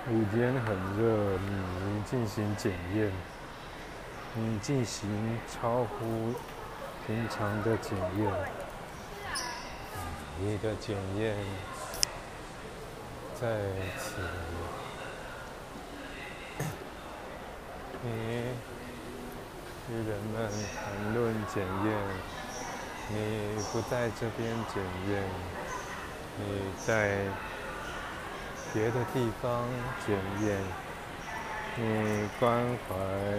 午间很热，你进行检验，你进行超乎平常的检验，你的检验在此，你与人们谈论检验，你不在这边检验，你在别的地方检验，你关怀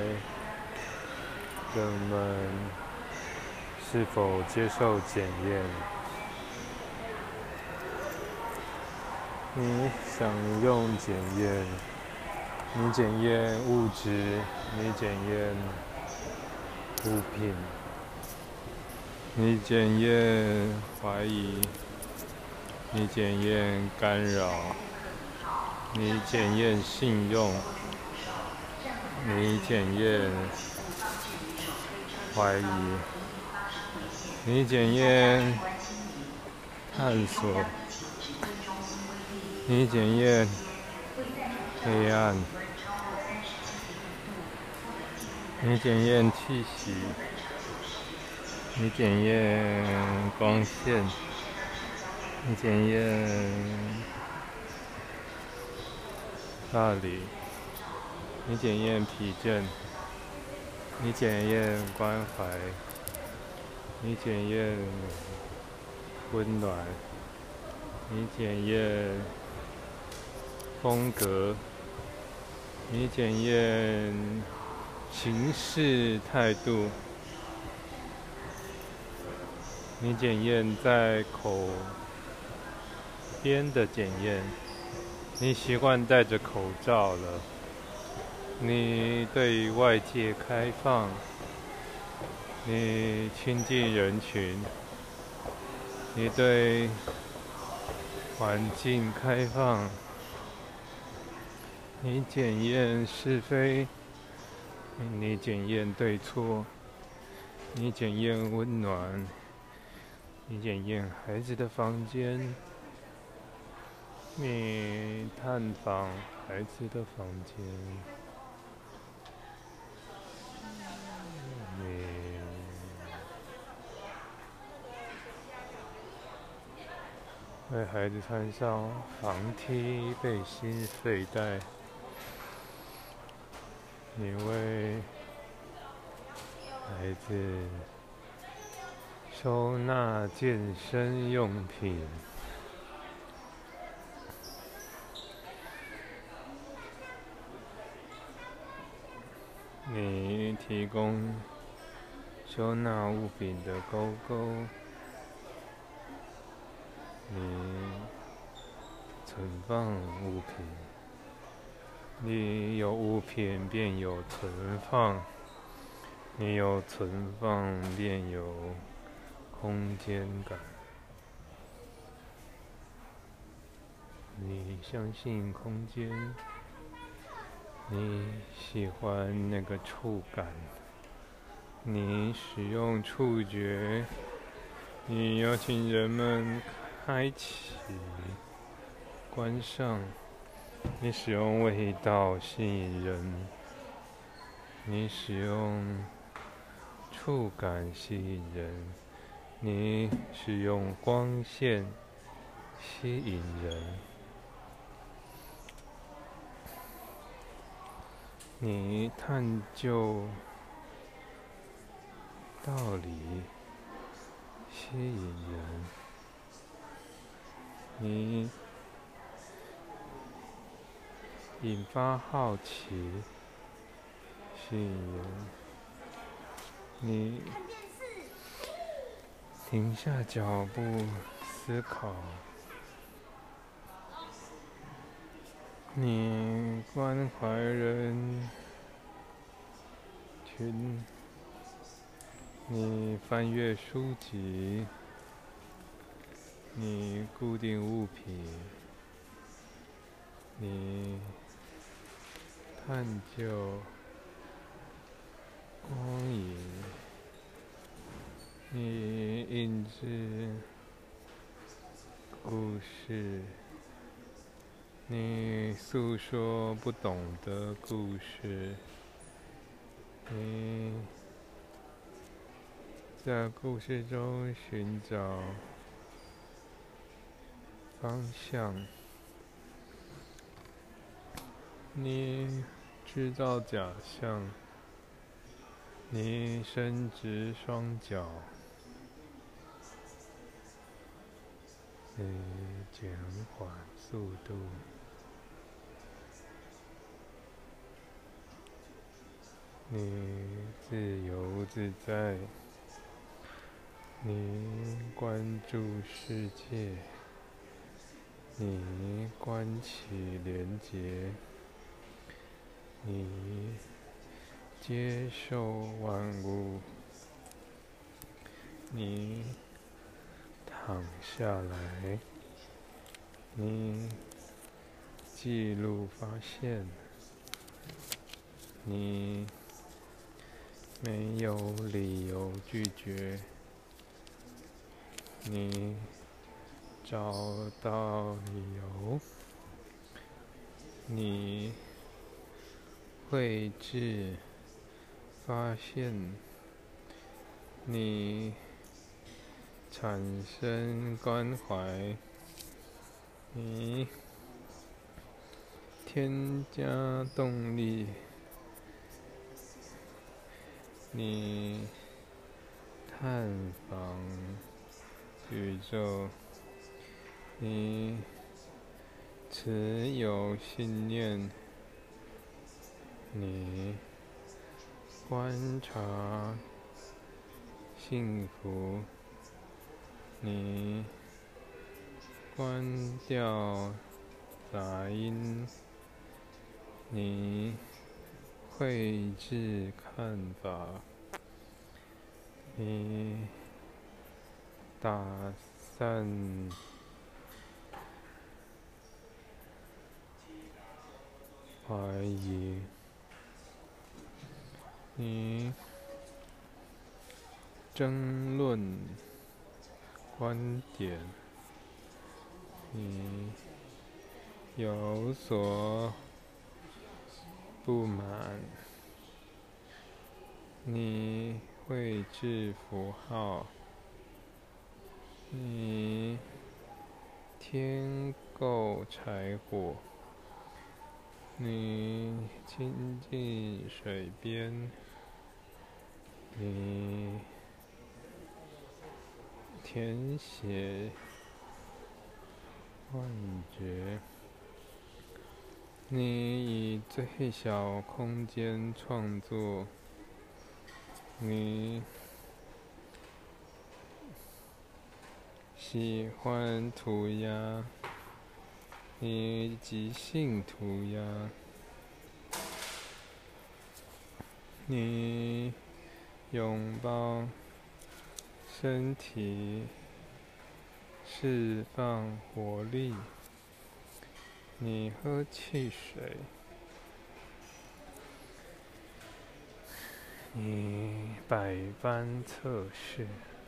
人们是否接受检验，你享用检验，你检验物质，你检验物品，你检验怀疑，你检验干扰，你检验信用，你检验怀疑，你检验探索，你检验黑暗，你检验气息，你检验光线，你检验大理，你检验疲倦，你检验关怀，你检验温暖，你检验风格，你检验行事态度，你检验在口边的检验，你习惯戴着口罩了，你对外界开放，你亲近人群，你对环境开放，你检验是非，你检验对错，你检验温暖，你检验孩子的房间，你探访孩子的房间，你为孩子穿上防踢背心睡袋，你为孩子收纳健身用品，你提供收纳物品的勾勾，你存放物品，你有物品便有存放，你有存放便有空间感，你相信空间，你喜欢那个触感，你使用触觉，你邀请人们开启、关上，你使用味道吸引人，你使用触感吸引人，你使用光线吸引人，你探究道理吸引人，你引发好奇吸引人，你停下脚步思考，你关怀人群，你翻阅书籍，你固定物品，你探究光影，你印制故事， 你诉说不懂的故事，你在故事中寻找方向，你制造假象，你伸直双脚，你减缓速度，你自由自在，你关注世界，你关起连结，你接受万物，你躺下来，你记录发现，你没有理由拒绝，你找到理由，你绘制发现，你产生关怀，你添加动力，你探访宇宙，你持有信念，你观察幸福，你关掉杂音，你绘制看法，你打散怀疑，你争论观点，你有所不满，你绘制符号，你添购柴火，你亲近水边，你填写幻觉，你以最小空间创作，你喜欢涂鸦，你即兴涂鸦，你拥抱身体，释放活力，你喝汽水，你百般测试，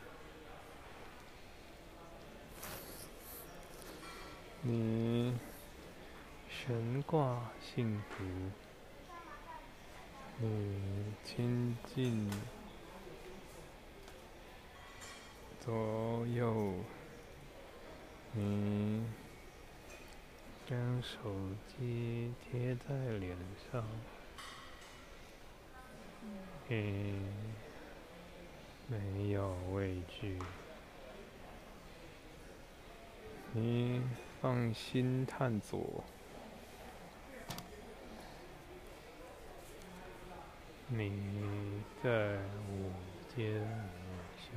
你悬挂幸福，你亲近左右，你将手机贴在脸上，你没有畏惧，你放心探索，你在午间午休，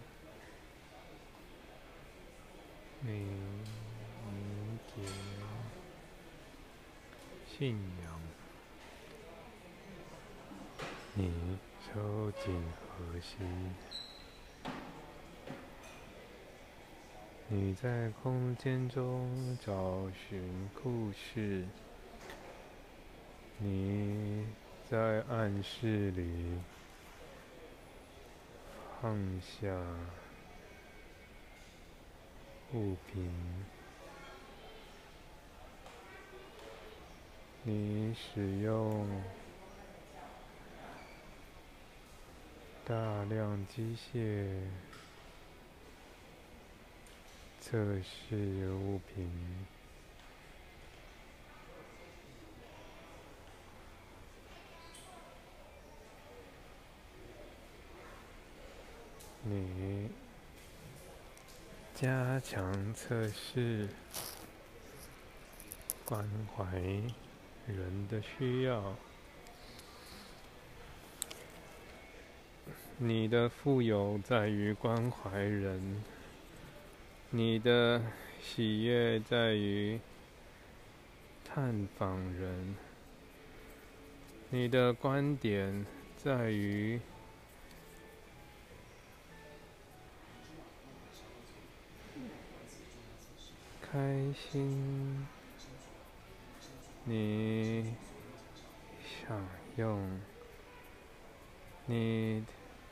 你凝结信仰，你收紧核心，你在空间中找寻故事，你在暗室里放下物品， 你使用大量机械测试物品，你加强测试关怀人的需要。你的富有在于关怀人，你的喜悦在于探访人，你的观点在于开心，你享用，你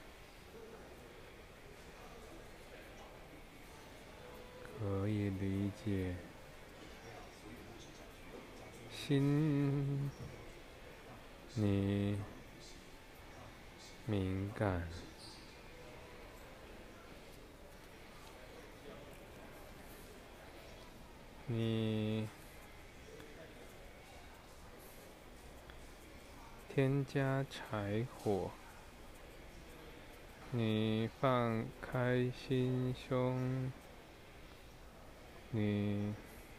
可以理解，心，你敏感，你添加柴火，你放开心胸，你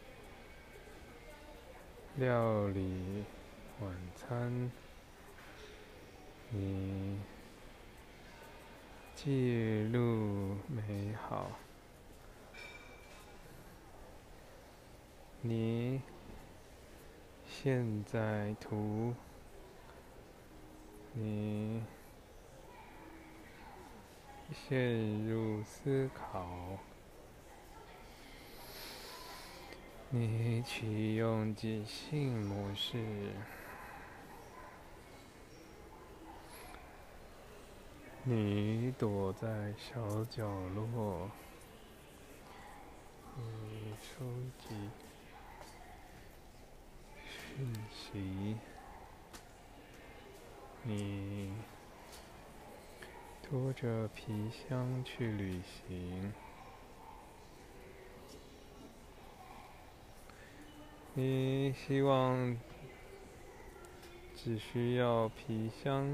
料理晚餐，你记录美好，你现在图，你陷入思考，你启用即兴模式，你躲在小角落，你收集讯息，你拖着皮箱去旅行，你希望只需要皮箱，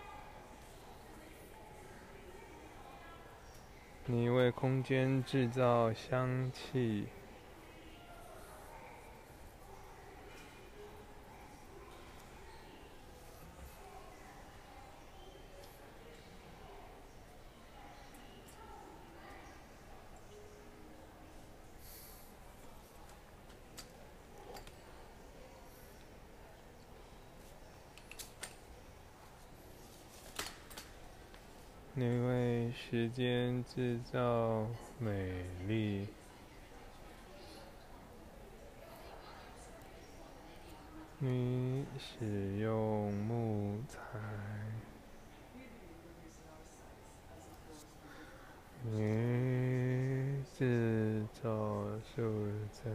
你为空间制造香气，你为时间制造美丽，你使用木材，你制造素材，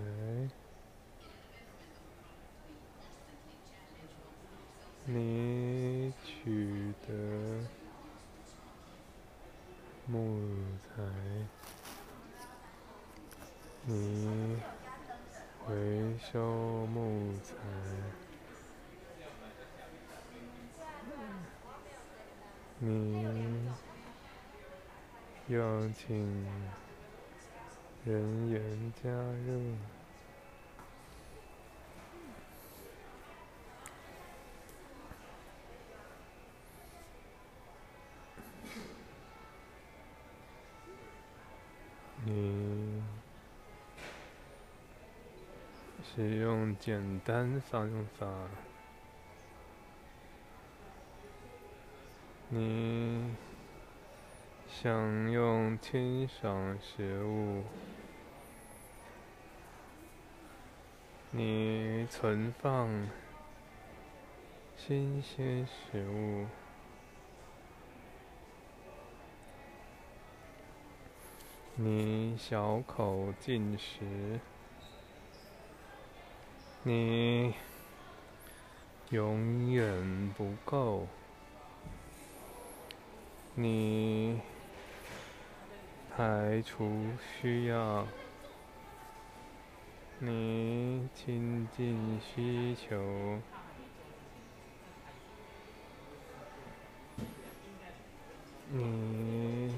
你取得木材，你回收木材，你邀请人员加入，你使用简单方法，你享用清爽食物，你存放新鲜食物，你小口进食，你永远不够。你排除需要，你亲近需求，你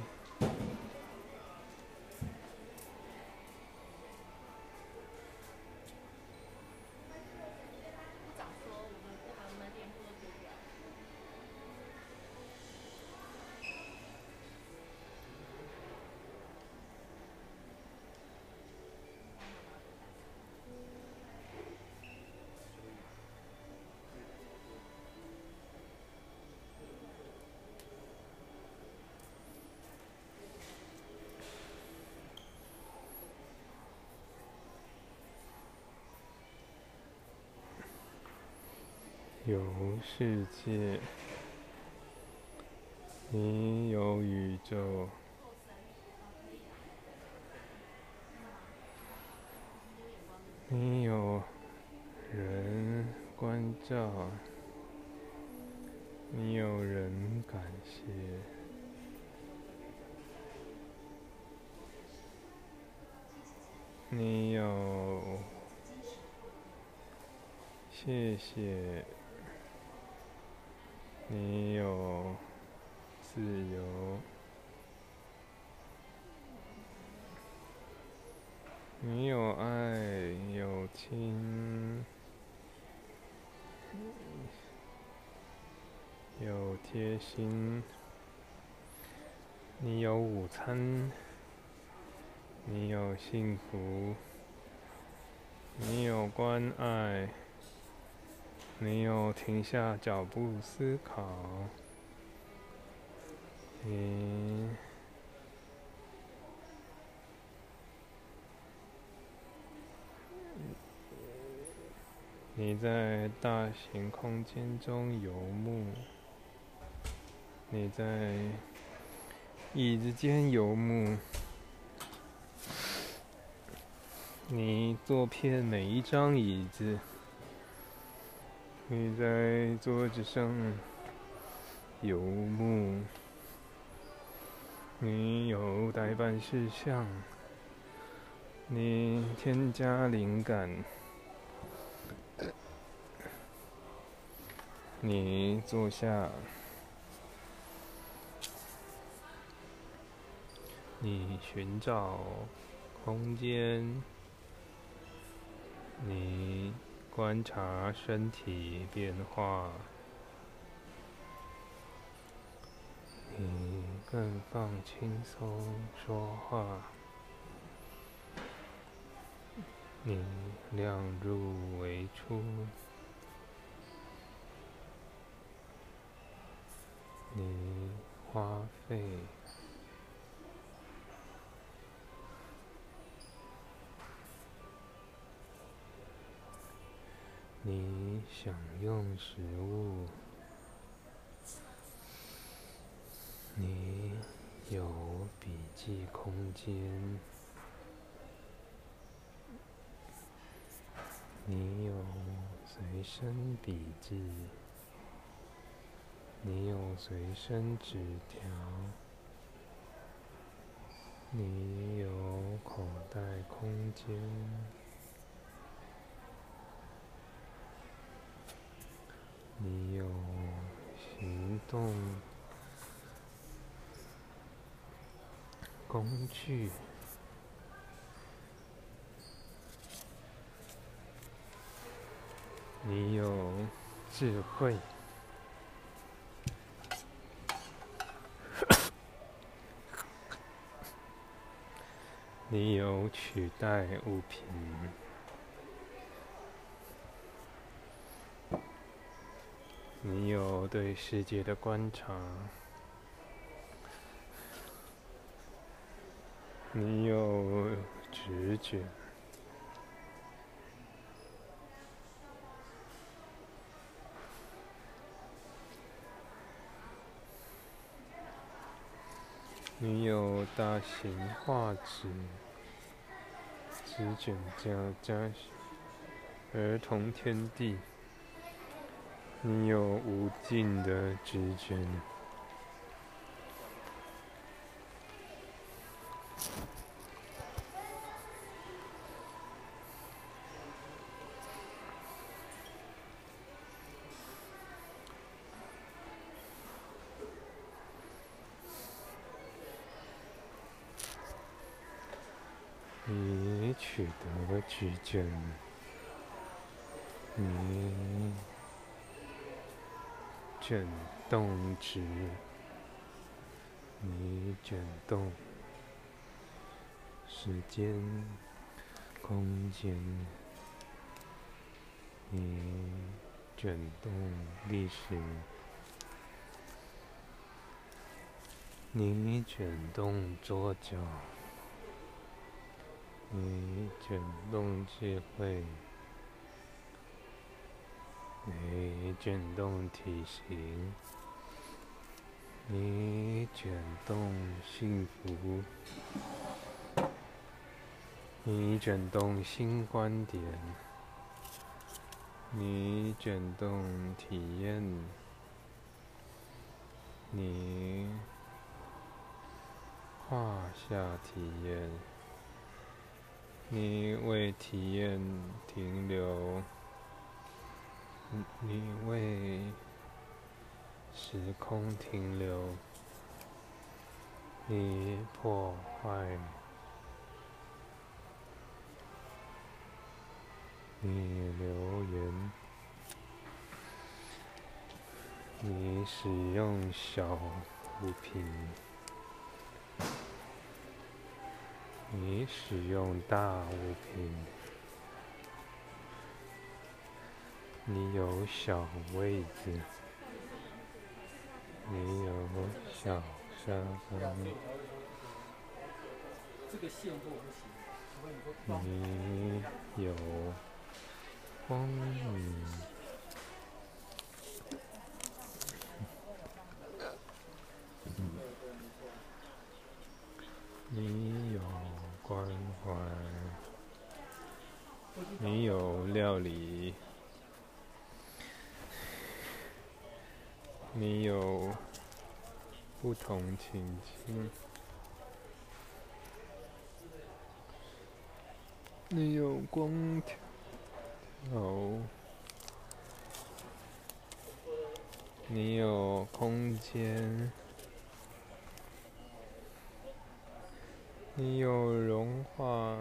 有世界，你有宇宙，你有人关照，你有人感谢，你有谢谢，你有自由，你有爱，有亲，有贴心，你有午餐，你有幸福，你有关爱，你有停下脚步思考，你在大型空间中游牧，你在椅子间游牧，你坐遍每一张椅子，你在桌子上游牧，你有待办事项，你添加灵感，你坐下，你寻找空间，你观察身体变化，你更放轻松说话，你量入为出，你花费，你享用食物，你有笔记空间，你有随身笔记，你有随身纸条，你有口袋空间，你有行动工具，你有智慧，你有取代物品，你有对世界的观察，你有直觉，你有大型画纸、纸卷夹儿童天地， 你有无尽的知觉。你取得知觉，你卷动之，你卷动时间、空间，你卷动历史，你卷动左脚，你卷动智慧，你卷动体型，你卷动幸福，你卷动新观点，你卷动体验，你画下体验，你为体验停留，你为时空停留，你破坏，你留言，你使用小物品，你使用大物品，你有小位子，你有小沙发，你有光明，你有关怀，你有料理，你有不同情境，你有光条，你有空间，你有融化，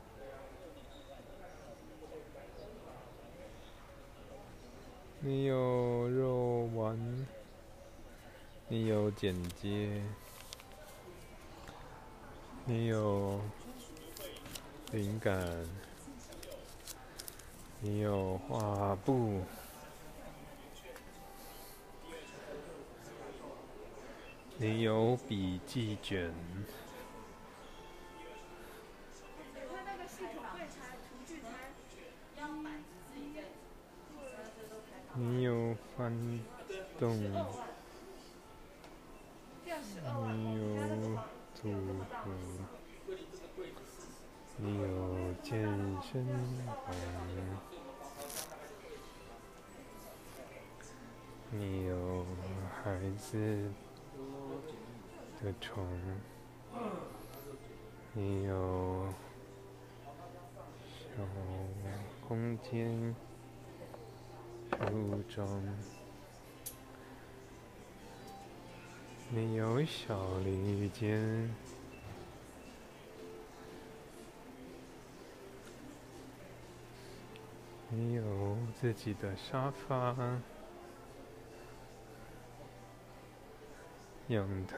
你有肉丸，你有剪接，你有灵感，你有画布，你有笔记卷，你有翻动，你有组合，你有健身房，你有孩子的床，你有小空间、梳妆，你有小淋浴间，你有自己的沙发、阳台，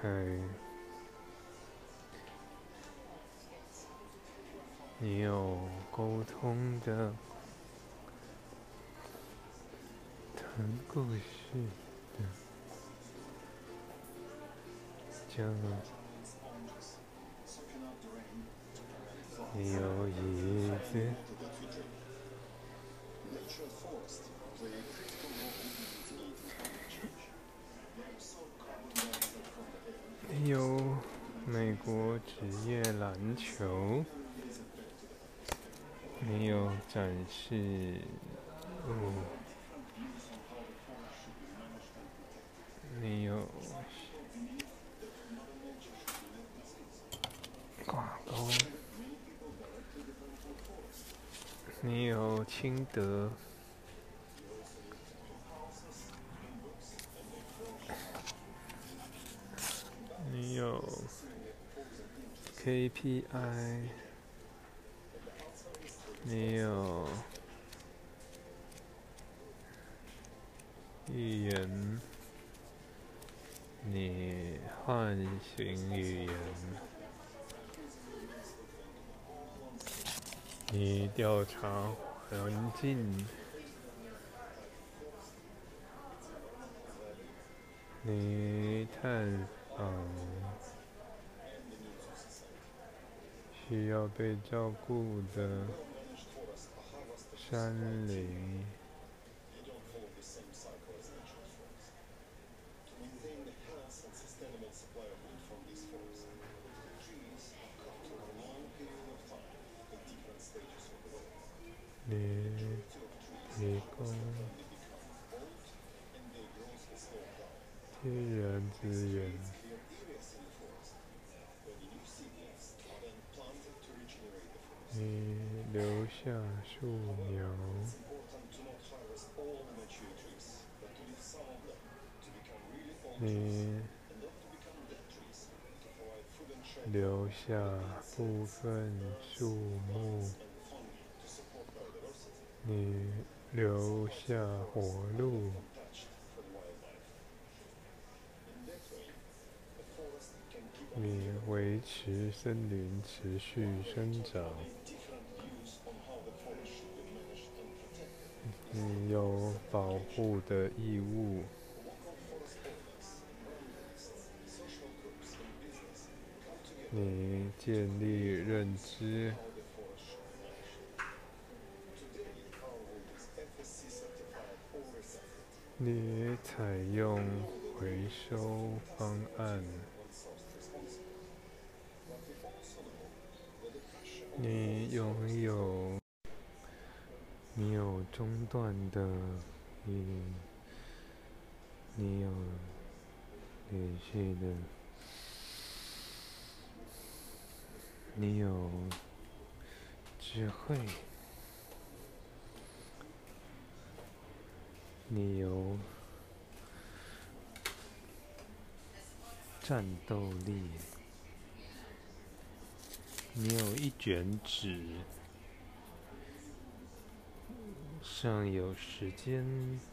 你有沟通的、谈故事的家，你有椅子，你有美国职业篮球，你有展示物， 你有挂钩，你有清德，你有 KPI， 你有语言，你唤醒语言，你调查环境，你探访需要被照顾的山林。你提供天然资源，你留下树苗，你留下部分树木，你留下活路，你维持森林持续生长，你有保护的义务，你建立认知，你采用回收方案，你拥有，你有中断的，你有联系的，你有智慧，你有战斗力，你有一卷纸，上有时间，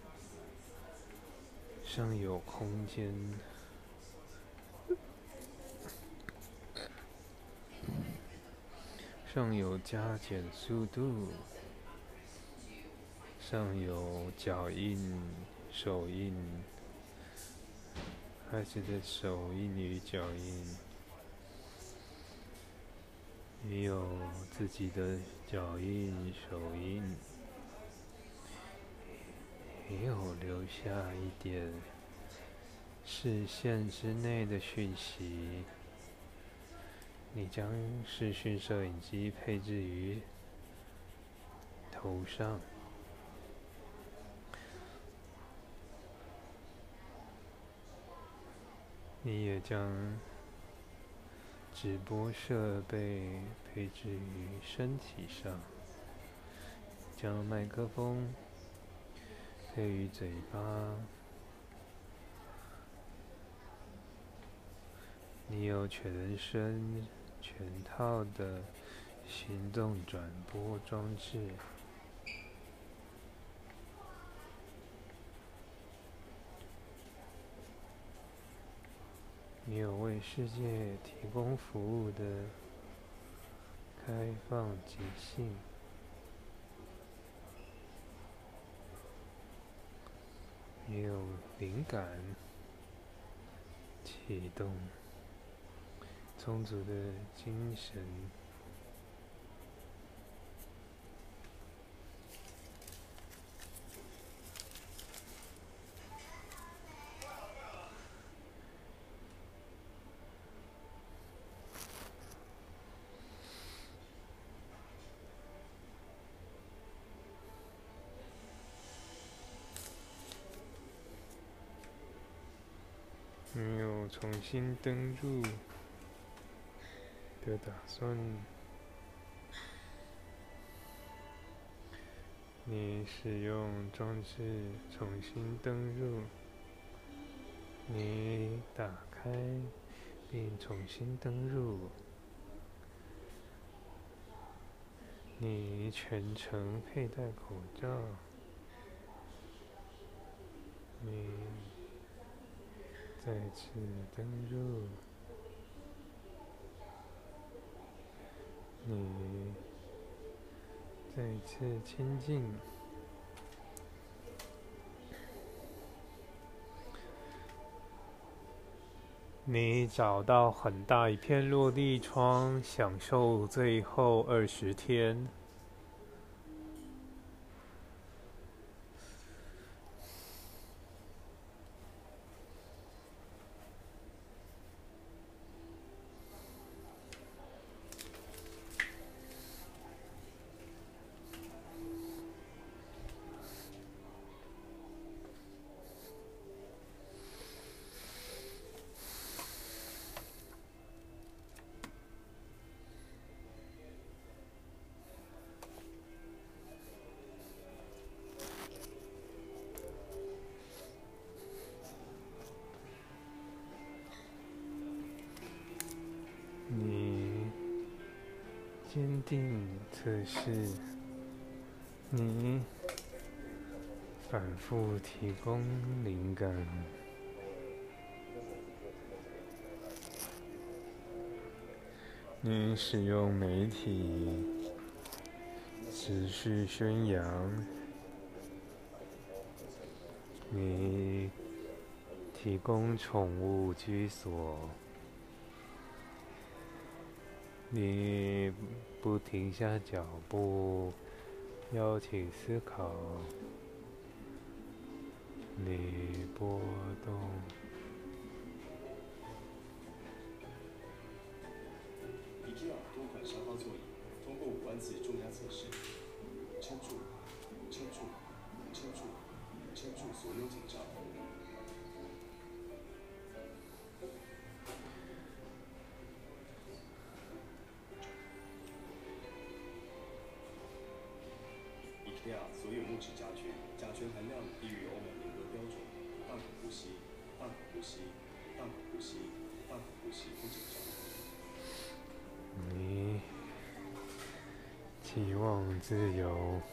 上有空间，上有加减速度，上有脚印、手印，孩子的手印与脚印，你有自己的脚印、手印，也有留下一点视线之内的讯息。你将视讯摄影机配置于头上，你也将直播设备配置于身体上，将麦克风配于嘴巴，你有全身全套的行动转播装置，你有为世界提供服务的开放即兴，你有灵感启动，充足的精神， 没有重新登入的打算。你使用装置重新登入，你打开并重新登入，你全程佩戴口罩，你再次登入，你再次亲近。你找到很大一片落地窗，享受最后20天。你坚定测试，你反复提供灵感，你使用媒体持续宣扬，你提供宠物居所，你不停下脚步，邀请思考，你波动。 IKEA 多款沙发座椅，通过5万次重压测试，撑住，撑住，撑住，撑住所有紧张。IKEA 所有木质家具，甲醛含量低于欧盟严格标准。大口呼吸，大口呼吸，大口呼吸，大口呼吸，不紧张。 你期望自由，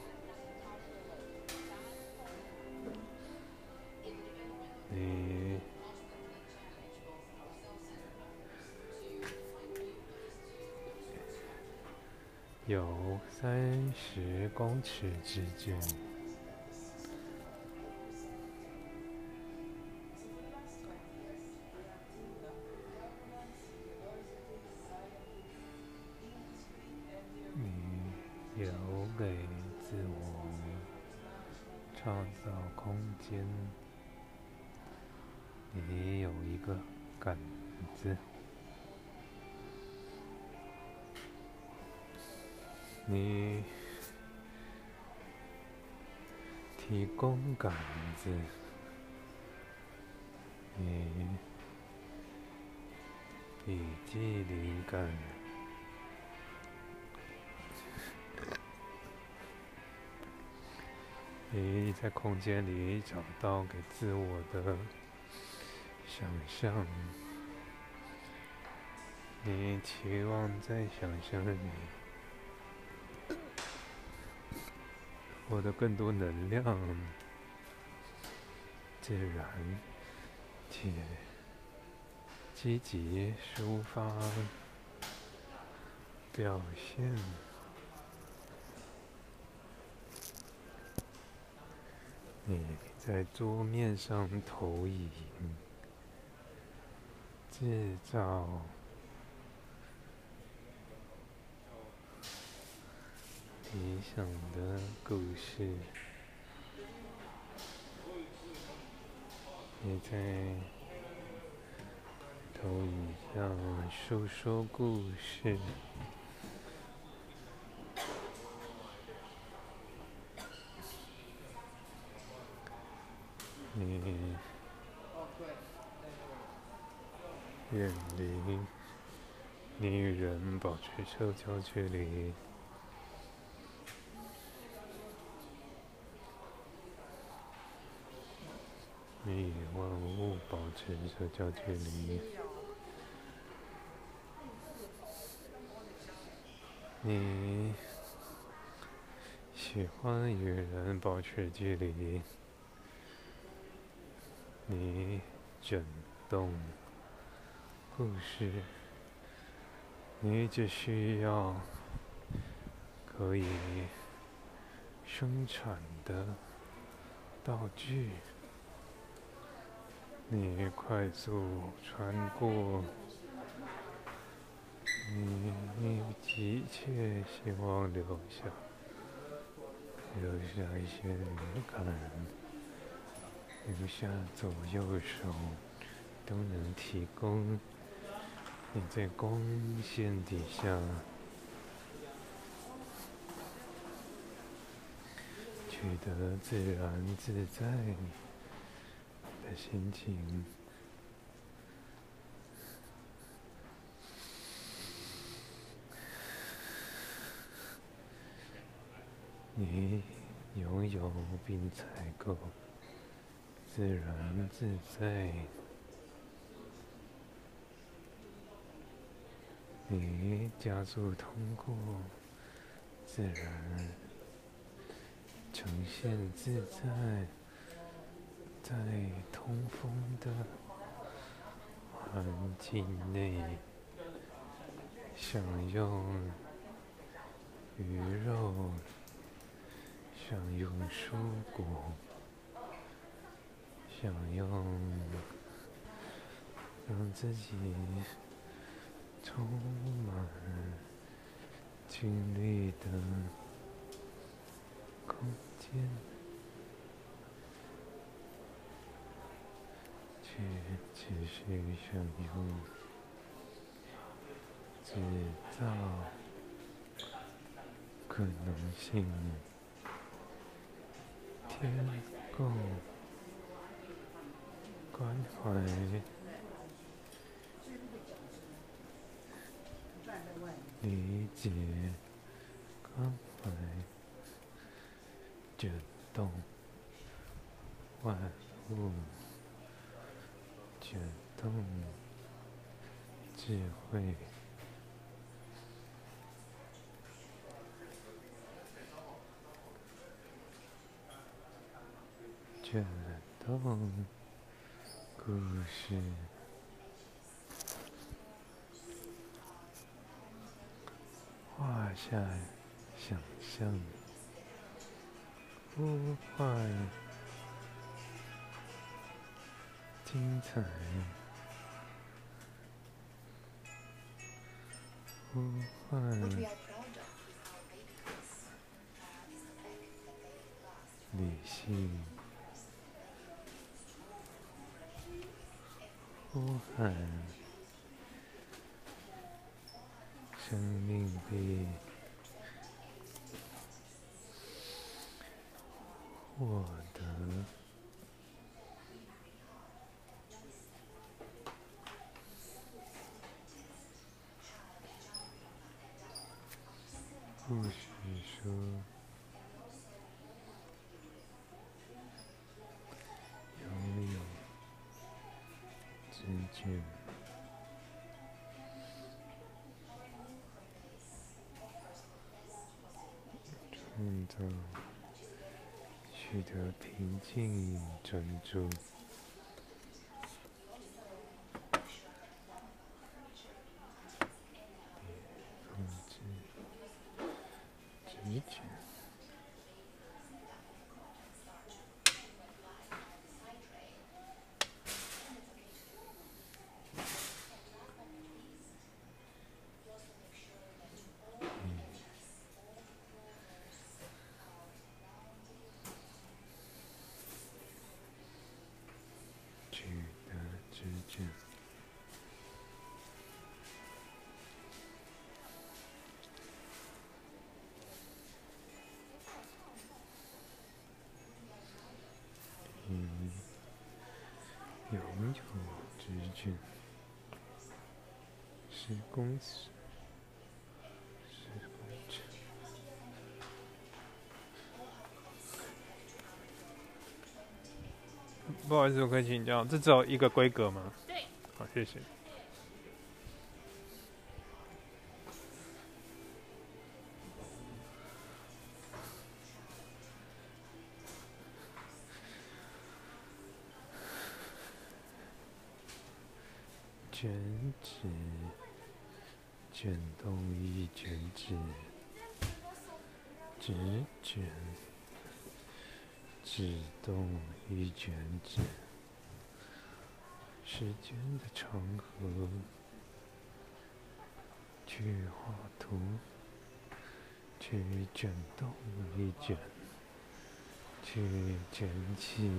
你有30公尺之距。你留给自我创造空间。你有一个杆子，你提供杆子，你笔记灵感。你在空间里找到给自我的想象，你期望在想象里获得更多能量，自然且积极抒发表现。你在桌面上投影，制造理想的故事。你在投影上述说故事。你远离你与人保持社交距离，你与万物保持社交距离，你喜欢与人保持距离，你整栋故事，你只需要可以生产的道具，你快速穿过，你急切希望留下一些灵感，留下左右手都能提供你在光线底下取得自然自在的心情。你拥有并采购自然自在，你加速通过自然呈现自在，在通风的环境内享用鱼肉，享用蔬果，享用让自己充满精力的空间，去持续享用制造可能性，天供关怀，理解关怀，震动万物，震动智慧，震动故事，画下想象，呼唤精彩，呼唤理性，呼喊生命力，获得故事书，拥有直觉，创造取得平静专注，控制直觉，取得直觉，拥有直觉， 公尺，10公尺。不好意思，我可以请教，这只有一个规格吗？ 对。 好，谢谢。卷纸，卷动一卷纸，纸卷，纸动一卷纸。时间的长河，去画图，去卷动一卷，去卷起，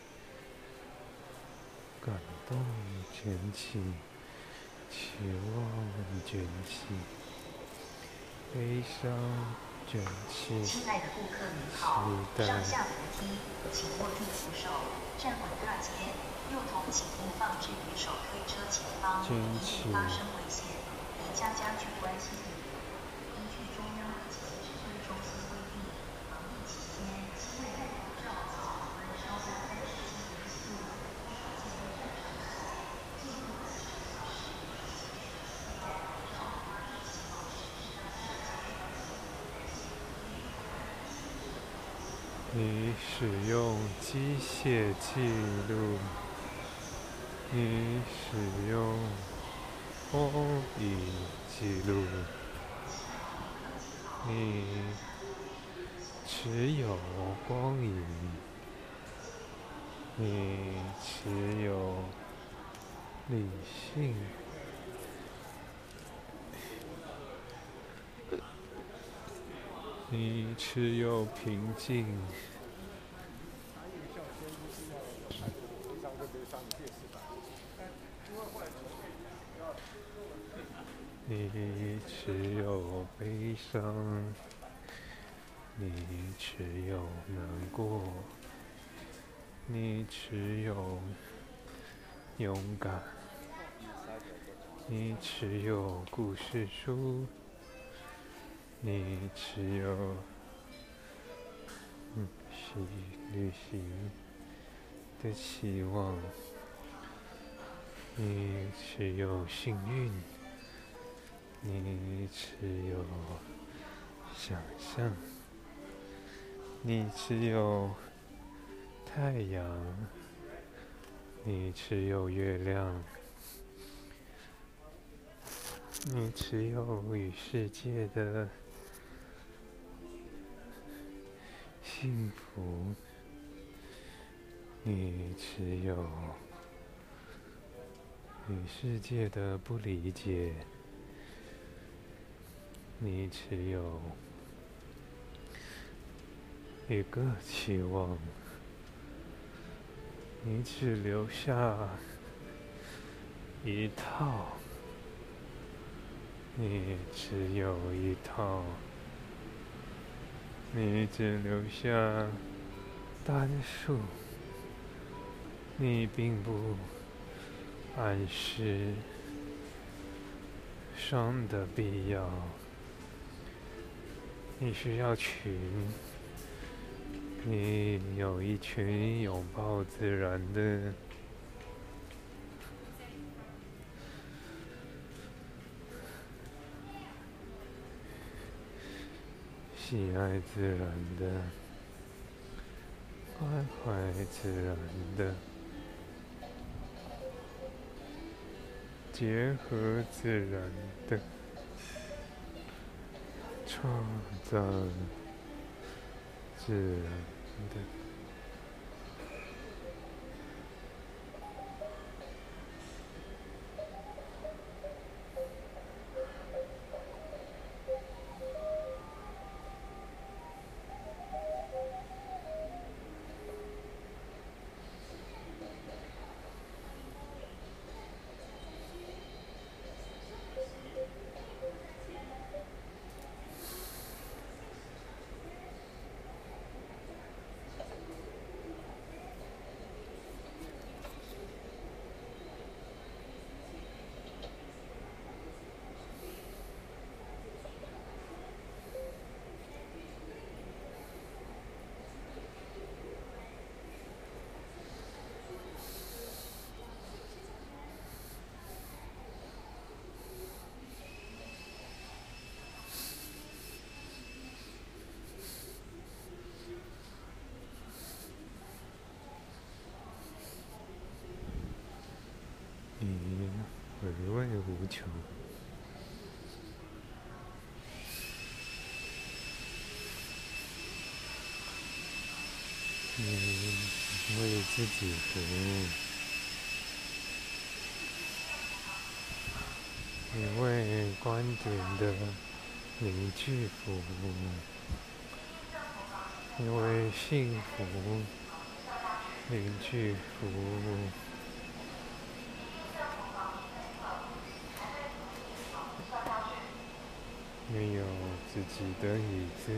感动卷起，期望卷起，悲伤卷起， 亲爱的顾客您好，上下扶梯，请握住扶手，站稳踏阶，右头请勿放置于手推车前方，以免发生危险。宜家具关系理由，依据中央疾病指挥中心规定，防疫期间忌讳戴口罩，体温超过37.7度，条件未正常时，禁不24小时戴口罩。希望实施大家你使用机械记录，你使用风影记录，你持有光影，你持有理性，你持有平静。你持有悲伤，你持有难过，你持有勇敢，你持有故事书，你持有旅行的期望，你持有幸运。你持有想象，你持有太阳，你持有月亮，你持有与世界的幸福，你持有与世界的不理解。你持有一个期望，你只留下一套，你只有一套，你只留下单数，你并不暗示双的必要。你需要群，你有一群拥抱自然的喜爱自然的关怀自然的结合自然的创造自然的。 求。你为自己服务，你为观点的凝聚服务，你为幸福凝聚服务。你有自己的椅子，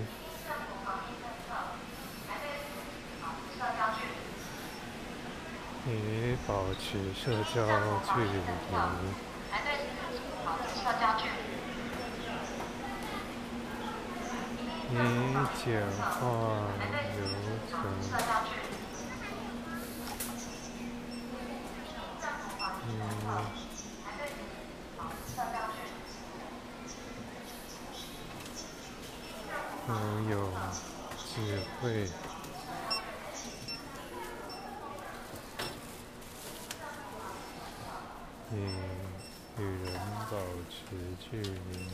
你保持社交距离，你讲话流程，拥有智慧。你与人保持距离，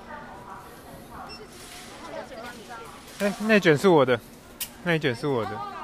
那一卷是我的，那一卷是我的。